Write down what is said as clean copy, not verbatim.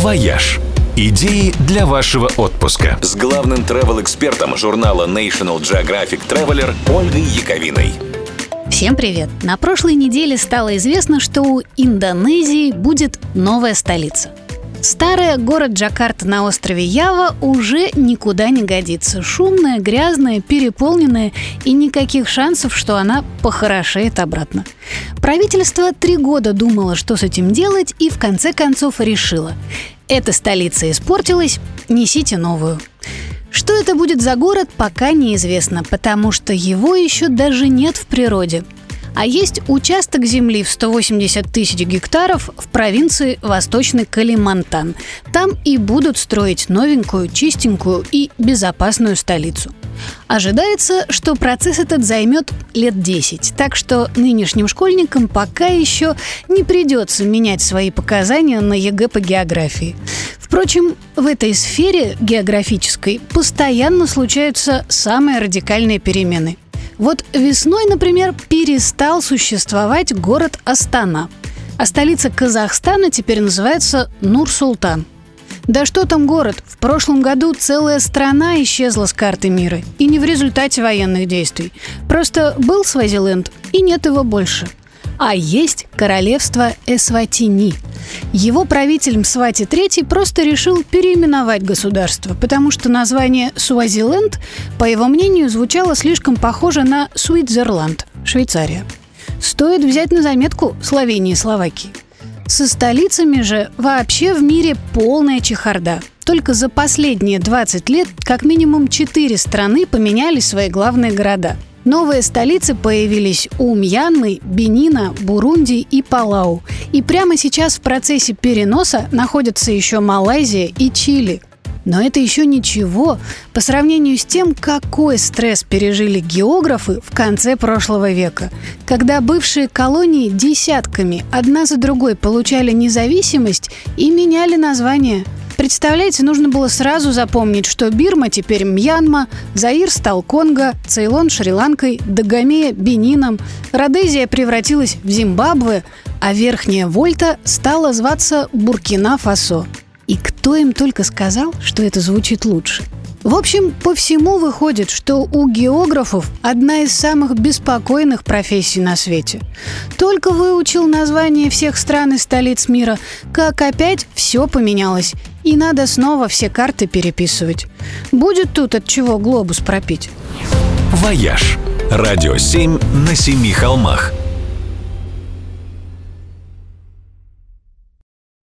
«Вояж». Идеи для вашего отпуска. С главным travel-экспертом журнала National Geographic Traveler Ольгой Яковиной. Всем привет! На прошлой неделе стало известно, что у Индонезии будет новая столица. Старый город Джакарта на острове Ява уже никуда не годится. Шумная, грязная, переполненная, и никаких шансов, что она похорошеет обратно. Правительство 3 года думало, что с этим делать, и в конце концов решило: эта столица испортилась, несите новую. Что это будет за город, пока неизвестно, потому что его еще даже нет в природе. А есть участок земли в 180 тысяч гектаров в провинции Восточный Калимантан. Там и будут строить новенькую, чистенькую и безопасную столицу. Ожидается, что процесс этот займет лет 10, так что нынешним школьникам пока еще не придется менять свои показания на ЕГЭ по географии. Впрочем, в этой сфере географической постоянно случаются самые радикальные перемены. Вот весной, например, перестал существовать город Астана, а столица Казахстана теперь называется Нур-Султан. Да что там город? В прошлом году целая страна исчезла с карты мира. И не в результате военных действий. Просто был Свазиленд, и нет его больше. А есть королевство Эсватини. Его правитель Мсвати III просто решил переименовать государство, потому что название Суазиленд, по его мнению, звучало слишком похоже на Суидзерланд, Швейцария. Стоит взять на заметку Словении и Словакии. Со столицами же вообще в мире полная чехарда. Только за последние 20 лет как минимум 4 страны поменяли свои главные города. Новые столицы появились у Мьянмы, Бенина, Бурунди и Палау. И прямо сейчас в процессе переноса находятся еще Малайзия и Чили. Но это еще ничего по сравнению с тем, какой стресс пережили географы в конце прошлого века, когда бывшие колонии десятками одна за другой получали независимость и меняли названия. Представляете, нужно было сразу запомнить, что Бирма теперь Мьянма, Заир стал Конго, Цейлон Шри-Ланкой, Дагомея Бенином, Родезия превратилась в Зимбабве, а Верхняя Вольта стала зваться Буркина-Фасо. И кто им только сказал, что это звучит лучше? В общем, по всему выходит, что у географов одна из самых беспокойных профессий на свете. Только выучил название всех стран и столиц мира, как опять все поменялось, и надо снова все карты переписывать. Будет тут от чего глобус пропить. «Вояж». Радио 7 на 7 холмах.